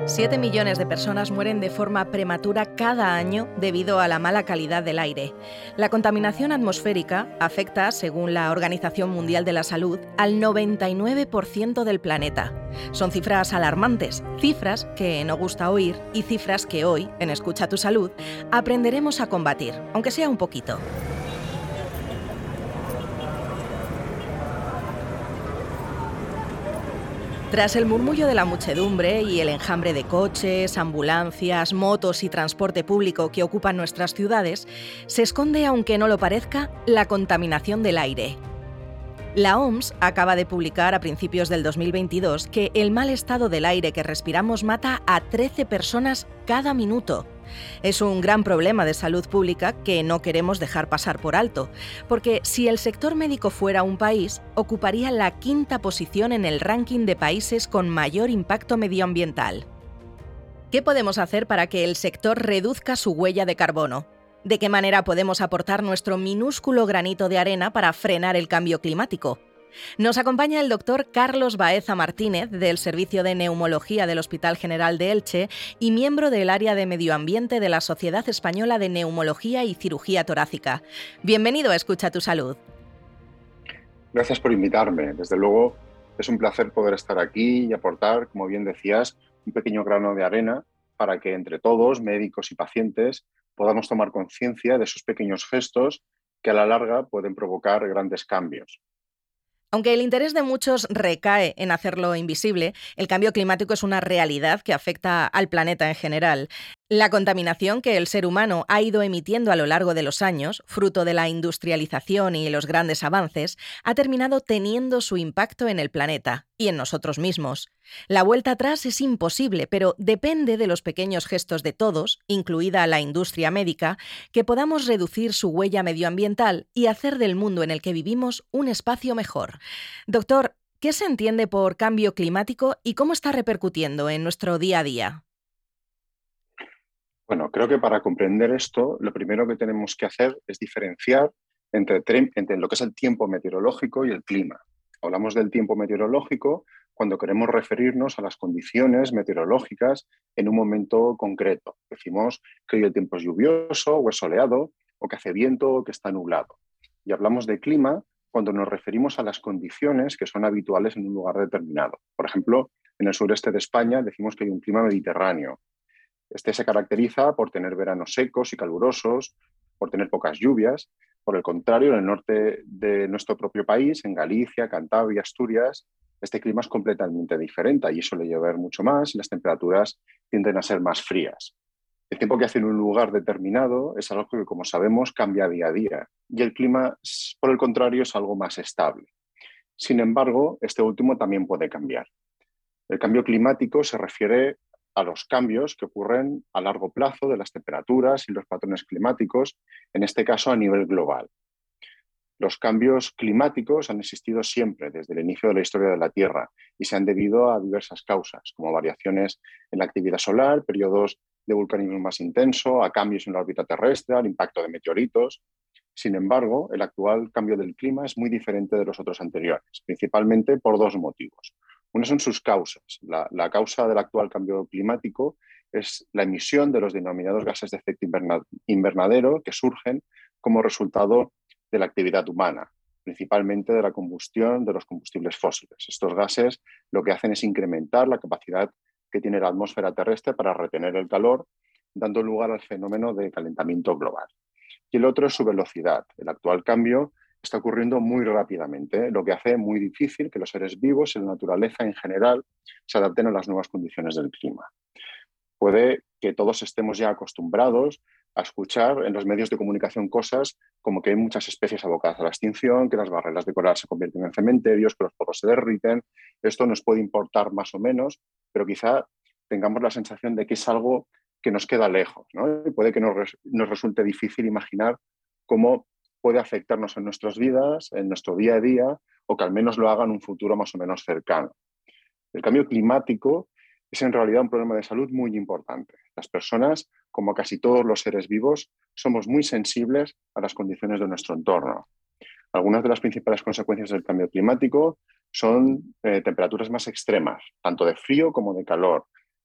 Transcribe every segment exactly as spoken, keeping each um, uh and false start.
Siete millones de personas mueren de forma prematura cada año debido a la mala calidad del aire. La contaminación atmosférica afecta, según la Organización Mundial de la Salud, al noventa y nueve por ciento del planeta. Son cifras alarmantes, cifras que no gusta oír y cifras que hoy, en Escucha tu Salud, aprenderemos a combatir, aunque sea un poquito. Tras el murmullo de la muchedumbre y el enjambre de coches, ambulancias, motos y transporte público que ocupan nuestras ciudades, se esconde, aunque no lo parezca, la contaminación del aire. La O M S acaba de publicar a principios del dos mil veintidós que el mal estado del aire que respiramos mata a trece personas cada minuto. Es un gran problema de salud pública que no queremos dejar pasar por alto, porque si el sector médico fuera un país, ocuparía la quinta posición en el ranking de países con mayor impacto medioambiental. ¿Qué podemos hacer para que el sector reduzca su huella de carbono? ¿De qué manera podemos aportar nuestro minúsculo granito de arena para frenar el cambio climático? Nos acompaña el doctor Carlos Baeza Martínez, del Servicio de Neumología del Hospital General de Elche y miembro del área de Medio Ambiente de la Sociedad Española de Neumología y Cirugía Torácica. Bienvenido a Escucha tu Salud. Gracias por invitarme. Desde luego, es un placer poder estar aquí y aportar, como bien decías, un pequeño grano de arena para que entre todos, médicos y pacientes, podamos tomar conciencia de esos pequeños gestos que a la larga pueden provocar grandes cambios. Aunque el interés de muchos recae en hacerlo invisible, el cambio climático es una realidad que afecta al planeta en general. La contaminación que el ser humano ha ido emitiendo a lo largo de los años, fruto de la industrialización y los grandes avances, ha terminado teniendo su impacto en el planeta y en nosotros mismos. La vuelta atrás es imposible, pero depende de los pequeños gestos de todos, incluida la industria médica, que podamos reducir su huella medioambiental y hacer del mundo en el que vivimos un espacio mejor. Doctor, ¿qué se entiende por cambio climático y cómo está repercutiendo en nuestro día a día? Bueno, creo que para comprender esto, lo primero que tenemos que hacer es diferenciar entre, entre lo que es el tiempo meteorológico y el clima. Hablamos del tiempo meteorológico cuando queremos referirnos a las condiciones meteorológicas en un momento concreto. Decimos que hoy el tiempo es lluvioso o es soleado, o que hace viento o que está nublado. Y hablamos de clima cuando nos referimos a las condiciones que son habituales en un lugar determinado. Por ejemplo, en el sureste de España decimos que hay un clima mediterráneo. Este se caracteriza por tener veranos secos y calurosos, por tener pocas lluvias. Por el contrario, en el norte de nuestro propio país, en Galicia, Cantabria, Asturias, este clima es completamente diferente. Allí suele llover mucho más y las temperaturas tienden a ser más frías. El tiempo que hace en un lugar determinado es algo que, como sabemos, cambia día a día. Y el clima, por el contrario, es algo más estable. Sin embargo, este último también puede cambiar. El cambio climático se refiere a los cambios que ocurren a largo plazo de las temperaturas y los patrones climáticos, en este caso a nivel global. Los cambios climáticos han existido siempre desde el inicio de la historia de la Tierra y se han debido a diversas causas, como variaciones en la actividad solar, periodos de vulcanismo más intenso, a cambios en la órbita terrestre, al impacto de meteoritos. Sin embargo, el actual cambio del clima es muy diferente de los otros anteriores, principalmente por dos motivos. Uno son sus causas. La, la causa del actual cambio climático es la emisión de los denominados gases de efecto invernadero que surgen como resultado de la actividad humana, principalmente de la combustión de los combustibles fósiles. Estos gases lo que hacen es incrementar la capacidad que tiene la atmósfera terrestre para retener el calor, dando lugar al fenómeno de calentamiento global. Y el otro es su velocidad. El actual cambio está ocurriendo muy rápidamente, lo que hace muy difícil que los seres vivos y la naturaleza en general se adapten a las nuevas condiciones del clima. Puede que todos estemos ya acostumbrados a escuchar en los medios de comunicación cosas como que hay muchas especies abocadas a la extinción, que las barreras de coral se convierten en cementerios, que los polos se derriten. Esto nos puede importar más o menos, pero quizá tengamos la sensación de que es algo que nos queda lejos, ¿no? Y puede que nos, res- nos resulte difícil imaginar cómo puede afectarnos en nuestras vidas, en nuestro día a día, o que al menos lo haga en un futuro más o menos cercano. El cambio climático es en realidad un problema de salud muy importante. Las personas, como casi todos los seres vivos, somos muy sensibles a las condiciones de nuestro entorno. Algunas de las principales consecuencias del cambio climático son eh, temperaturas más extremas, tanto de frío como de calor,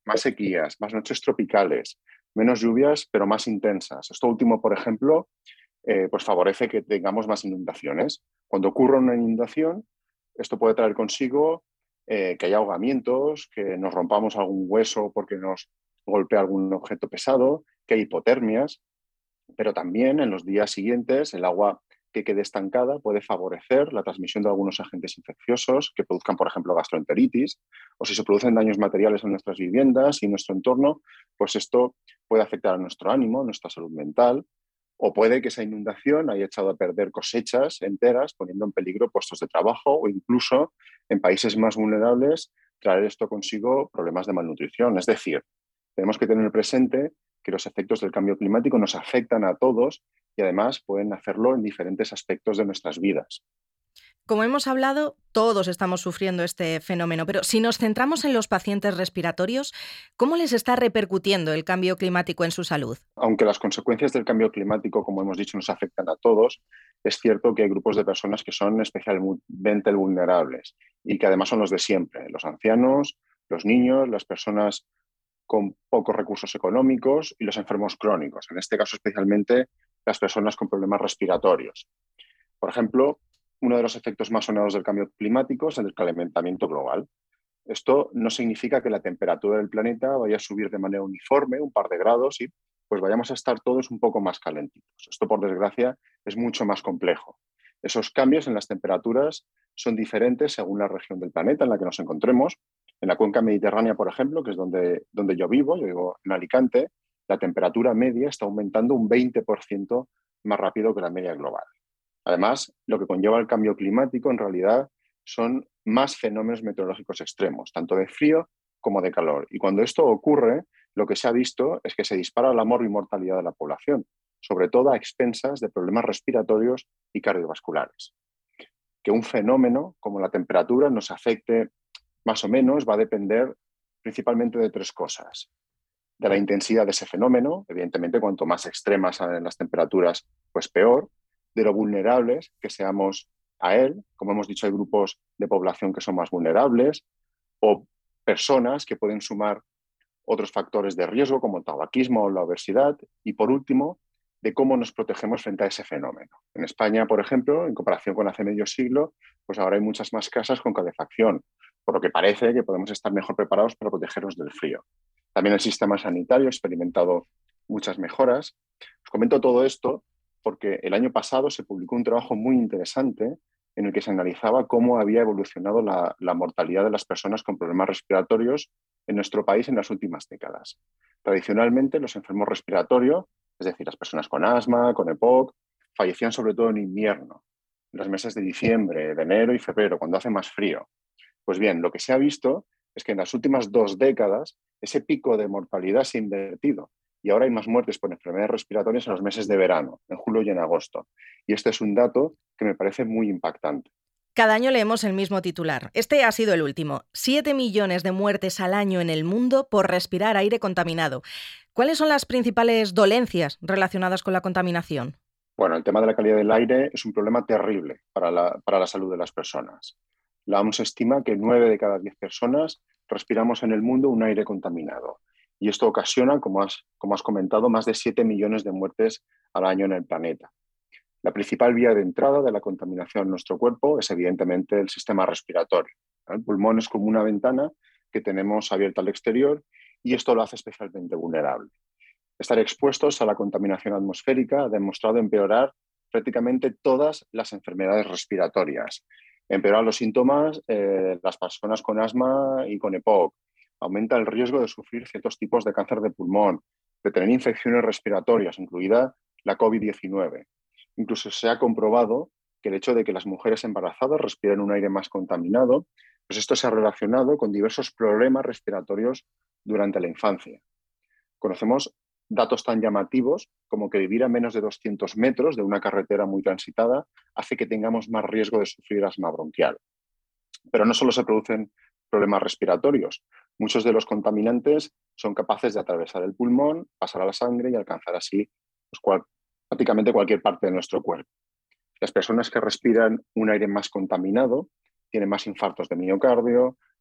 más sequías, más noches tropicales, menos lluvias, pero más intensas. Esto último, por ejemplo, eh, pues favorece que tengamos más inundaciones. Cuando ocurre una inundación, esto puede traer consigo eh, que haya ahogamientos, que nos rompamos algún hueso porque nos golpea algún objeto pesado, que hay hipotermias, pero también en los días siguientes el agua que quede estancada puede favorecer la transmisión de algunos agentes infecciosos que produzcan, por ejemplo, gastroenteritis, o si se producen daños materiales en nuestras viviendas y en nuestro entorno, pues esto puede afectar a nuestro ánimo, a nuestra salud mental, o puede que esa inundación haya echado a perder cosechas enteras, poniendo en peligro puestos de trabajo o incluso en países más vulnerables traer esto consigo problemas de malnutrición. Es decir, tenemos que tener presente que los efectos del cambio climático nos afectan a todos y además pueden hacerlo en diferentes aspectos de nuestras vidas. Como hemos hablado, todos estamos sufriendo este fenómeno, pero si nos centramos en los pacientes respiratorios, ¿cómo les está repercutiendo el cambio climático en su salud? Aunque las consecuencias del cambio climático, como hemos dicho, nos afectan a todos, es cierto que hay grupos de personas que son especialmente vulnerables y que además son los de siempre, los ancianos, los niños, las personas con pocos recursos económicos y los enfermos crónicos, en este caso especialmente las personas con problemas respiratorios. Por ejemplo, uno de los efectos más sonados del cambio climático es el calentamiento global. Esto no significa que la temperatura del planeta vaya a subir de manera uniforme, un par de grados, y pues vayamos a estar todos un poco más calentitos. Esto, por desgracia, es mucho más complejo. Esos cambios en las temperaturas son diferentes según la región del planeta en la que nos encontremos. En la cuenca mediterránea, por ejemplo, que es donde, donde yo vivo, yo vivo en Alicante, la temperatura media está aumentando un veinte por ciento más rápido que la media global. Además, lo que conlleva el cambio climático en realidad son más fenómenos meteorológicos extremos, tanto de frío como de calor. Y cuando esto ocurre, lo que se ha visto es que se dispara la mortalidad de la población, sobre todo a expensas de problemas respiratorios y cardiovasculares. Que un fenómeno como la temperatura nos afecte más o menos va a depender principalmente de tres cosas. De la intensidad de ese fenómeno, evidentemente cuanto más extremas sean las temperaturas, pues peor. De lo vulnerables que seamos a él, como hemos dicho, hay grupos de población que son más vulnerables o personas que pueden sumar otros factores de riesgo como el tabaquismo o la obesidad. Y por último, de cómo nos protegemos frente a ese fenómeno. En España, por ejemplo, en comparación con hace medio siglo, pues ahora hay muchas más casas con calefacción, por lo que parece que podemos estar mejor preparados para protegernos del frío. También el sistema sanitario ha experimentado muchas mejoras. Os comento todo esto porque el año pasado se publicó un trabajo muy interesante en el que se analizaba cómo había evolucionado la, la mortalidad de las personas con problemas respiratorios en nuestro país en las últimas décadas. Tradicionalmente, los enfermos respiratorios, es decir, las personas con asma, con EPOC, fallecían sobre todo en invierno, en los meses de diciembre, de enero y febrero, cuando hace más frío. Pues bien, lo que se ha visto es que en las últimas dos décadas ese pico de mortalidad se ha invertido y ahora hay más muertes por enfermedades respiratorias en los meses de verano, en julio y en agosto. Y este es un dato que me parece muy impactante. Cada año leemos el mismo titular. Este ha sido el último. Siete millones de muertes al año en el mundo por respirar aire contaminado. ¿Cuáles son las principales dolencias relacionadas con la contaminación? Bueno, el tema de la calidad del aire es un problema terrible para la, para la salud de las personas. La O M S estima que nueve de cada diez personas respiramos en el mundo un aire contaminado. Y esto ocasiona, como has, como has comentado, más de siete millones de muertes al año en el planeta. La principal vía de entrada de la contaminación en nuestro cuerpo es evidentemente el sistema respiratorio. El pulmón es como una ventana que tenemos abierta al exterior y esto lo hace especialmente vulnerable. Estar expuestos a la contaminación atmosférica ha demostrado empeorar prácticamente todas las enfermedades respiratorias. Empeorar los síntomas de eh, las personas con asma y con EPOC. Aumenta el riesgo de sufrir ciertos tipos de cáncer de pulmón, de tener infecciones respiratorias, incluida la COVID diecinueve. Incluso se ha comprobado que el hecho de que las mujeres embarazadas respiren un aire más contaminado, pues esto se ha relacionado con diversos problemas respiratorios durante la infancia. Conocemos datos tan llamativos como que vivir a menos de doscientos metros de una carretera muy transitada hace que tengamos más riesgo de sufrir asma bronquial. Pero no solo se producen problemas respiratorios. Muchos de los contaminantes son capaces de atravesar el pulmón, pasar a la sangre y alcanzar así pues, cual, prácticamente cualquier parte de nuestro cuerpo. Las personas que respiran un aire más contaminado tienen más infartos de miocardio,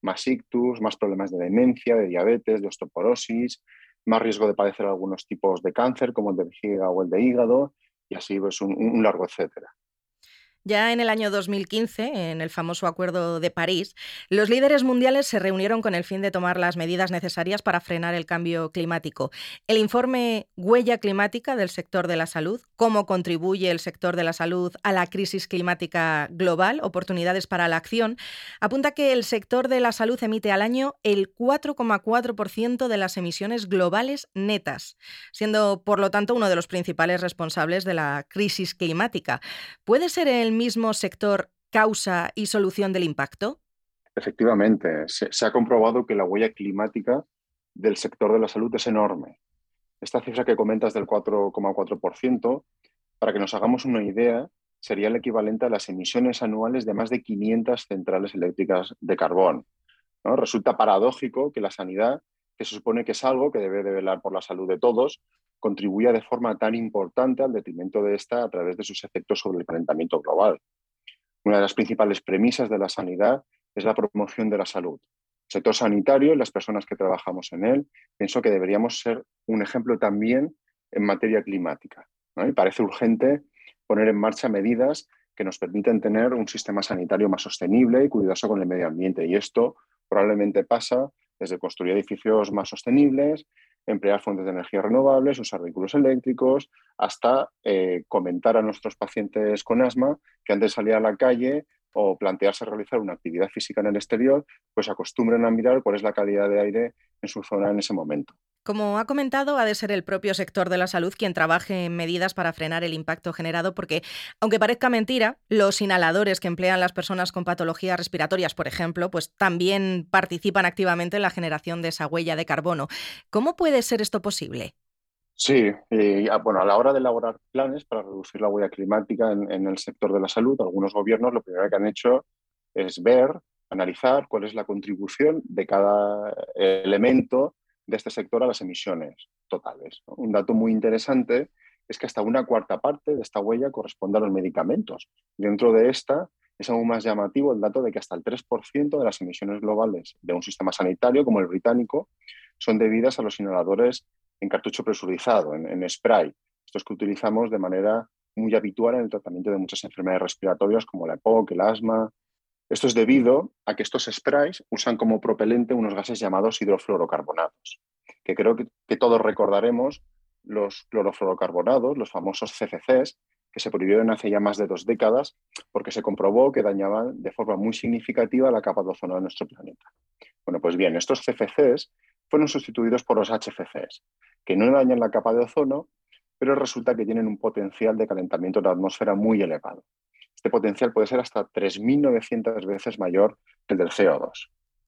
más ictus, más problemas de demencia, de diabetes, de osteoporosis, más riesgo de padecer algunos tipos de cáncer, como el de vejiga o el de hígado, y así pues un, un largo etcétera. Ya en el año dos mil quince, en el famoso Acuerdo de París, los líderes mundiales se reunieron con el fin de tomar las medidas necesarias para frenar el cambio climático. El informe Huella climática del sector de la salud, cómo contribuye el sector de la salud a la crisis climática global, oportunidades para la acción, apunta que el sector de la salud emite al año el cuatro coma cuatro por ciento de las emisiones globales netas, siendo por lo tanto uno de los principales responsables de la crisis climática. ¿Puede ser el mismo sector causa y solución del impacto? Efectivamente, se, se ha comprobado que la huella climática del sector de la salud es enorme. Esta cifra que comentas del cuatro coma cuatro por ciento, para que nos hagamos una idea, sería el equivalente a las emisiones anuales de más de quinientas centrales eléctricas de carbón, ¿no? Resulta paradójico que la sanidad, que se supone que es algo que debe de velar por la salud de todos, contribuya de forma tan importante al detrimento de esta a través de sus efectos sobre el calentamiento global. Una de las principales premisas de la sanidad es la promoción de la salud. El sector sanitario y las personas que trabajamos en él, pienso que deberíamos ser un ejemplo también en materia climática, ¿no? Y parece urgente poner en marcha medidas que nos permitan tener un sistema sanitario más sostenible y cuidadoso con el medio ambiente. Y esto probablemente pasa desde construir edificios más sostenibles, emplear fuentes de energía renovables, usar vehículos eléctricos, hasta eh, comentar a nuestros pacientes con asma que antes de salir a la calle o plantearse realizar una actividad física en el exterior, pues acostumbren a mirar cuál es la calidad de aire en su zona en ese momento. Como ha comentado, ha de ser el propio sector de la salud quien trabaje en medidas para frenar el impacto generado, porque, aunque parezca mentira, los inhaladores que emplean las personas con patologías respiratorias, por ejemplo, pues también participan activamente en la generación de esa huella de carbono. ¿Cómo puede ser esto posible? Sí, y, bueno, a la hora de elaborar planes para reducir la huella climática en, en el sector de la salud, algunos gobiernos lo primero que han hecho es ver, analizar cuál es la contribución de cada elemento de este sector a las emisiones totales, ¿no? Un dato muy interesante es que hasta una cuarta parte de esta huella corresponde a los medicamentos. Dentro de esta es aún más llamativo el dato de que hasta el tres por ciento de las emisiones globales de un sistema sanitario como el británico son debidas a los inhaladores en cartucho presurizado, en, en spray. Estos que utilizamos de manera muy habitual en el tratamiento de muchas enfermedades respiratorias como la EPOC, el asma. Esto es debido a que estos sprays usan como propelente unos gases llamados hidrofluorocarbonados, que creo que, que todos recordaremos los clorofluorocarbonados, los famosos C F Cs, que se prohibieron hace ya más de dos décadas porque se comprobó que dañaban de forma muy significativa la capa de ozono de nuestro planeta. Bueno, pues bien, estos C F Cs fueron sustituidos por los H F Cs, que no dañan la capa de ozono, pero resulta que tienen un potencial de calentamiento de la atmósfera muy elevado. Este potencial puede ser hasta tres mil novecientas veces mayor que el del C O dos.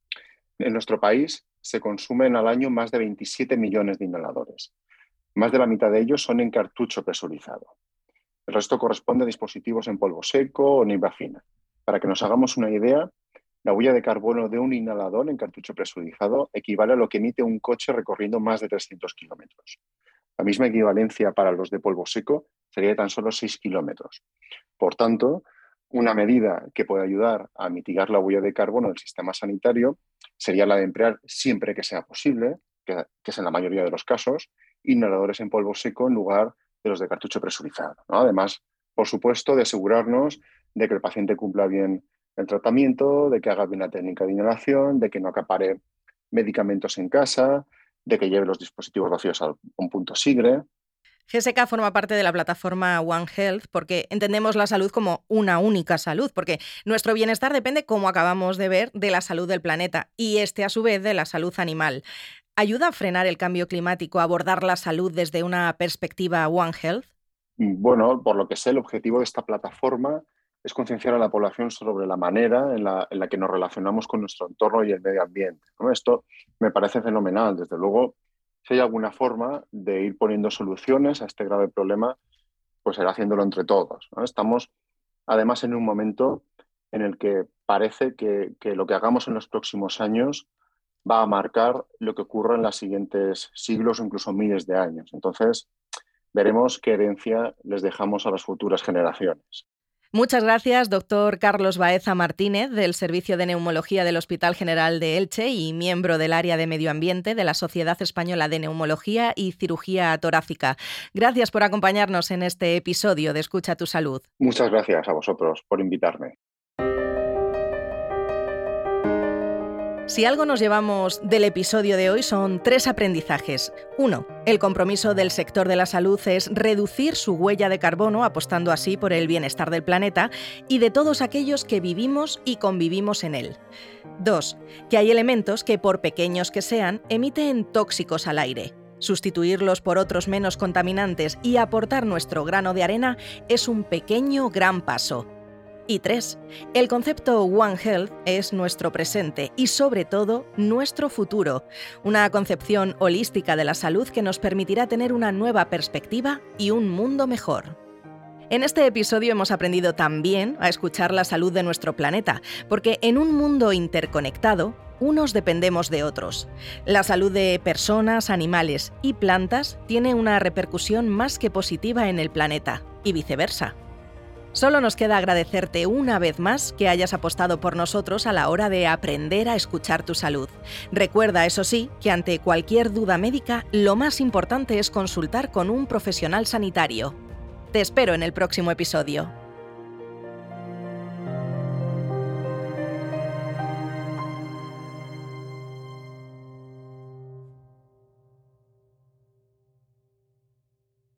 En nuestro país se consumen al año más de veintisiete millones de inhaladores. Más de la mitad de ellos son en cartucho presurizado. El resto corresponde a dispositivos en polvo seco o niebla fina. Para que nos hagamos una idea, la huella de carbono de un inhalador en cartucho presurizado equivale a lo que emite un coche recorriendo más de trescientos kilómetros. La misma equivalencia para los de polvo seco sería de tan solo seis kilómetros. Por tanto, una medida que puede ayudar a mitigar la huella de carbono del sistema sanitario sería la de emplear, siempre que sea posible, que, que es en la mayoría de los casos, inhaladores en polvo seco en lugar de los de cartucho presurizado, ¿no? Además, por supuesto, de asegurarnos de que el paciente cumpla bien el tratamiento, de que haga bien la técnica de inhalación, de que no acapare medicamentos en casa, de que lleve los dispositivos vacíos a un punto sigre. G S K forma parte de la plataforma One Health porque entendemos la salud como una única salud, porque nuestro bienestar depende, como acabamos de ver, de la salud del planeta y este, a su vez, de la salud animal. ¿Ayuda a frenar el cambio climático a abordar la salud desde una perspectiva One Health? Bueno, por lo que sé, el objetivo de esta plataforma es concienciar a la población sobre la manera en la, en la que nos relacionamos con nuestro entorno y el medio ambiente, ¿no? Esto me parece fenomenal. Desde luego, si hay alguna forma de ir poniendo soluciones a este grave problema, pues será haciéndolo entre todos, ¿no? Estamos, además, en un momento en el que parece que, que lo que hagamos en los próximos años va a marcar lo que ocurra en los siguientes siglos o incluso miles de años. Entonces, veremos qué herencia les dejamos a las futuras generaciones. Muchas gracias, doctor Carlos Baeza Martínez, del Servicio de Neumología del Hospital General de Elche y miembro del área de Medio Ambiente de la Sociedad Española de Neumología y Cirugía Torácica. Gracias por acompañarnos en este episodio de Escucha tu Salud. Muchas gracias a vosotros por invitarme. Si algo nos llevamos del episodio de hoy son tres aprendizajes. Uno, el compromiso del sector de la salud es reducir su huella de carbono, apostando así por el bienestar del planeta y de todos aquellos que vivimos y convivimos en él. Dos, que hay elementos que, por pequeños que sean, emiten tóxicos al aire. Sustituirlos por otros menos contaminantes y aportar nuestro grano de arena es un pequeño gran paso. Y tres, el concepto One Health es nuestro presente y, sobre todo, nuestro futuro. Una concepción holística de la salud que nos permitirá tener una nueva perspectiva y un mundo mejor. En este episodio hemos aprendido también a escuchar la salud de nuestro planeta, porque en un mundo interconectado, unos dependemos de otros. La salud de personas, animales y plantas tiene una repercusión más que positiva en el planeta, y viceversa. Solo nos queda agradecerte una vez más que hayas apostado por nosotros a la hora de aprender a escuchar tu salud. Recuerda, eso sí, que ante cualquier duda médica, lo más importante es consultar con un profesional sanitario. Te espero en el próximo episodio.